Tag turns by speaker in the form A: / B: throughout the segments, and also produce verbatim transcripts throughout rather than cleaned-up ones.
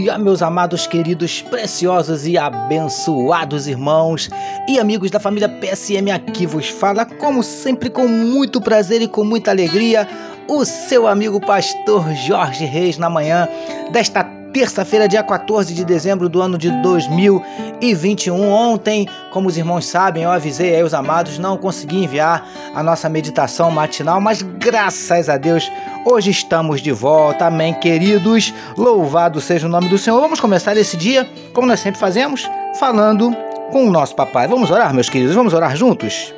A: dia, meus amados, queridos, preciosos e abençoados irmãos e amigos da família P S M. Aqui vos fala, como sempre, com muito prazer e com muita alegria, o seu amigo pastor Jorge Reis, na manhã desta terça-feira, dia quatorze de dezembro do ano de dois mil e vinte e um. Ontem, como os irmãos sabem, eu avisei aí os amados, não consegui enviar a nossa meditação matinal, mas graças a Deus, hoje estamos de volta. Amém, queridos. Louvado seja o nome do Senhor. Vamos começar esse dia, como nós sempre fazemos, falando com o nosso papai. Vamos orar, meus queridos? Vamos orar juntos?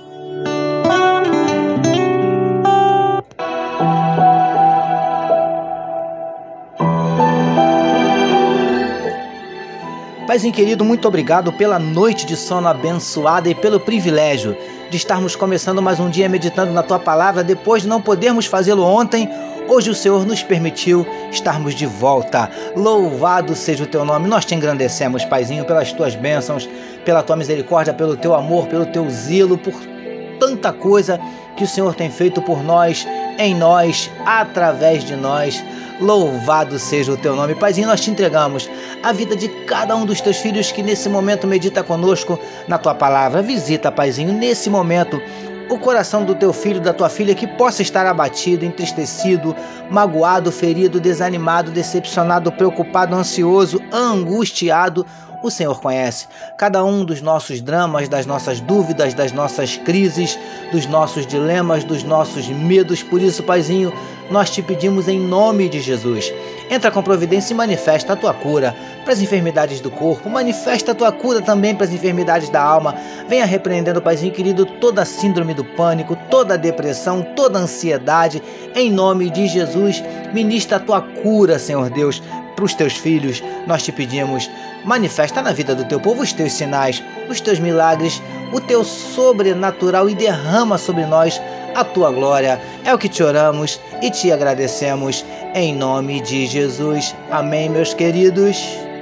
A: Paizinho querido, muito obrigado pela noite de sono abençoada e pelo privilégio de estarmos começando mais um dia meditando na Tua Palavra. Depois de não podermos fazê-lo ontem, hoje o Senhor nos permitiu estarmos de volta. Louvado seja o Teu nome. Nós Te engrandecemos, Paizinho, pelas Tuas bênçãos, pela Tua misericórdia, pelo Teu amor, pelo Teu zelo, por tanta coisa que o Senhor tem feito por nós, em nós, através de nós. Louvado seja o Teu nome. Paizinho, nós Te entregamos a vida de cada um dos Teus filhos que nesse momento medita conosco na Tua Palavra. Visita, Paizinho, nesse momento o coração do Teu filho, da Tua filha, que possa estar abatido, entristecido, magoado, ferido, desanimado, decepcionado, preocupado, ansioso, angustiado. O Senhor conhece cada um dos nossos dramas, das nossas dúvidas, das nossas crises, dos nossos dilemas, dos nossos medos. Por isso, Paizinho, nós Te pedimos em nome de Jesus. Entra com providência e manifesta a Tua cura para as enfermidades do corpo. Manifesta a Tua cura também para as enfermidades da alma. Venha repreendendo, Paizinho querido, toda a síndrome do pânico, toda a depressão, toda a ansiedade. Em nome de Jesus, ministra a Tua cura, Senhor Deus, para os Teus filhos. Nós Te pedimos, manifesta na vida do Teu povo os Teus sinais, os Teus milagres, o Teu sobrenatural e derrama sobre nós a Tua glória. É o que Te oramos e Te agradecemos em nome de Jesus. Amém, meus queridos.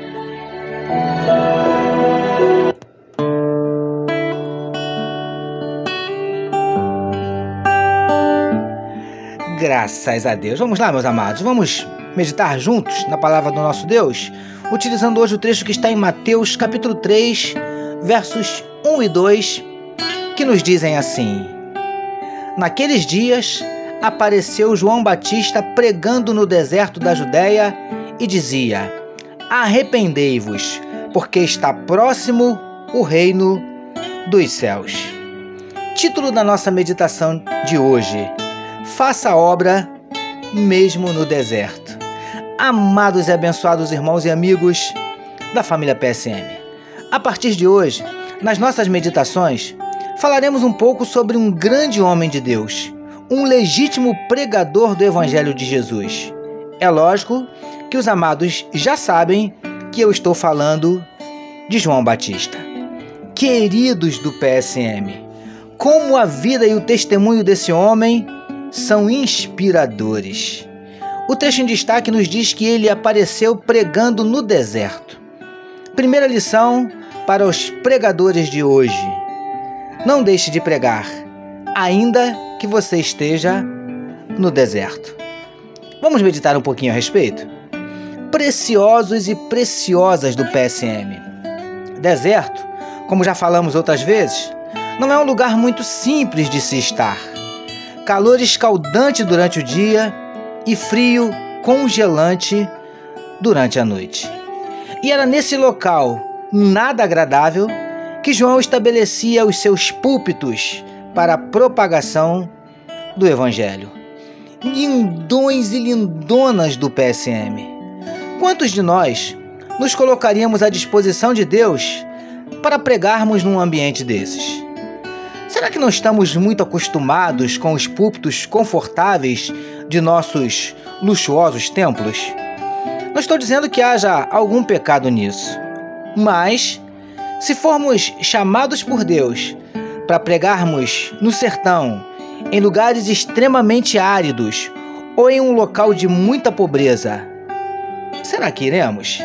A: Graças a Deus. Vamos lá, meus amados, vamos meditar juntos na palavra do nosso Deus, utilizando hoje o trecho que está em Mateus capítulo três, versos um e dois, que nos dizem assim: Naqueles dias apareceu João Batista pregando no deserto da Judéia e dizia: Arrependei-vos, porque está próximo o reino dos céus. Título da nossa meditação de hoje: Faça a obra mesmo no deserto. Amados e abençoados irmãos e amigos da família P S M, a partir de hoje, nas nossas meditações, falaremos um pouco sobre um grande homem de Deus, um legítimo pregador do Evangelho de Jesus. É lógico que os amados já sabem que eu estou falando de João Batista. Queridos do P S M, como a vida e o testemunho desse homem são inspiradores. O trecho em destaque nos diz que ele apareceu pregando no deserto. Primeira lição para os pregadores de hoje: não deixe de pregar, ainda que você esteja no deserto. Vamos meditar um pouquinho a respeito? Preciosos e preciosas do P S M. Deserto, como já falamos outras vezes, não é um lugar muito simples de se estar. Calor escaldante durante o dia e frio congelante durante a noite. E era nesse local nada agradável que João estabelecia os seus púlpitos para a propagação do Evangelho. Lindões e lindonas do P S M, quantos de nós nos colocaríamos à disposição de Deus para pregarmos num ambiente desses? Será que não estamos muito acostumados com os púlpitos confortáveis de nossos luxuosos templos? Não estou dizendo que haja algum pecado nisso, mas se formos chamados por Deus para pregarmos no sertão, em lugares extremamente áridos ou em um local de muita pobreza, será que iremos?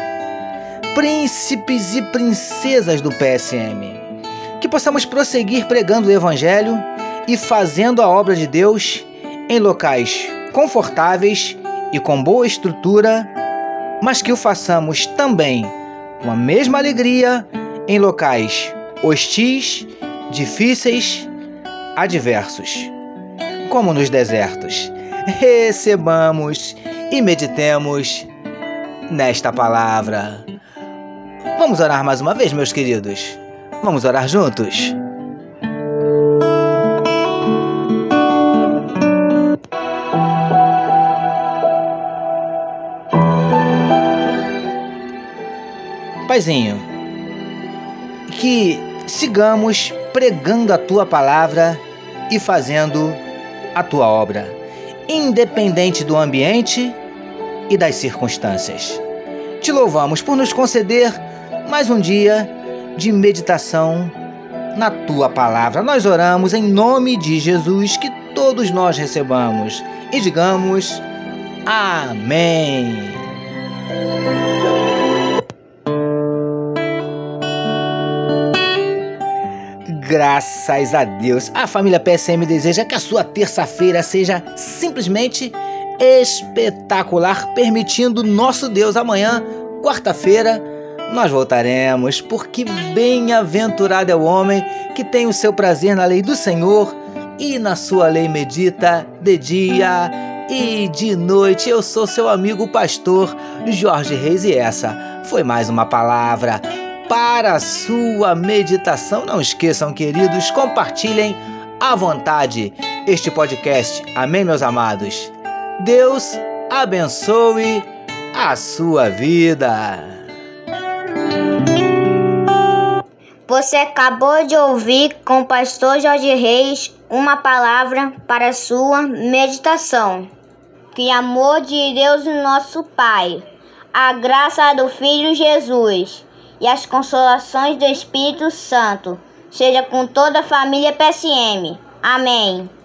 A: Príncipes e princesas do P S M, que possamos prosseguir pregando o Evangelho e fazendo a obra de Deus em locais confortáveis e com boa estrutura mas que o façamos também com a mesma alegria em locais hostis, difíceis, adversos, como nos desertos. Recebamos e meditemos nesta palavra. Vamos orar mais uma vez, meus queridos? Vamos orar juntos? Paizinho, que sigamos pregando a Tua palavra e fazendo a Tua obra, independente do ambiente e das circunstâncias. Te louvamos por nos conceder mais um dia de meditação na Tua palavra. Nós oramos em nome de Jesus, que todos nós recebamos e digamos amém. Graças a Deus, a família P S M deseja que a sua terça-feira seja simplesmente espetacular, permitindo nosso Deus amanhã, quarta-feira, nós voltaremos, porque bem-aventurado é o homem que tem o seu prazer na lei do Senhor e na sua lei medita de dia e de noite. Eu sou seu amigo pastor Jorge Reis e essa foi mais uma palavra para a sua meditação. Não esqueçam, queridos, compartilhem à vontade este podcast. Amém, meus amados? Deus abençoe a sua vida.
B: Você acabou de ouvir com o pastor Jorge Reis uma palavra para a sua meditação. Que o amor de Deus, nosso Pai, a graça do Filho Jesus e as consolações do Espírito Santo seja com toda a família P S M. Amém.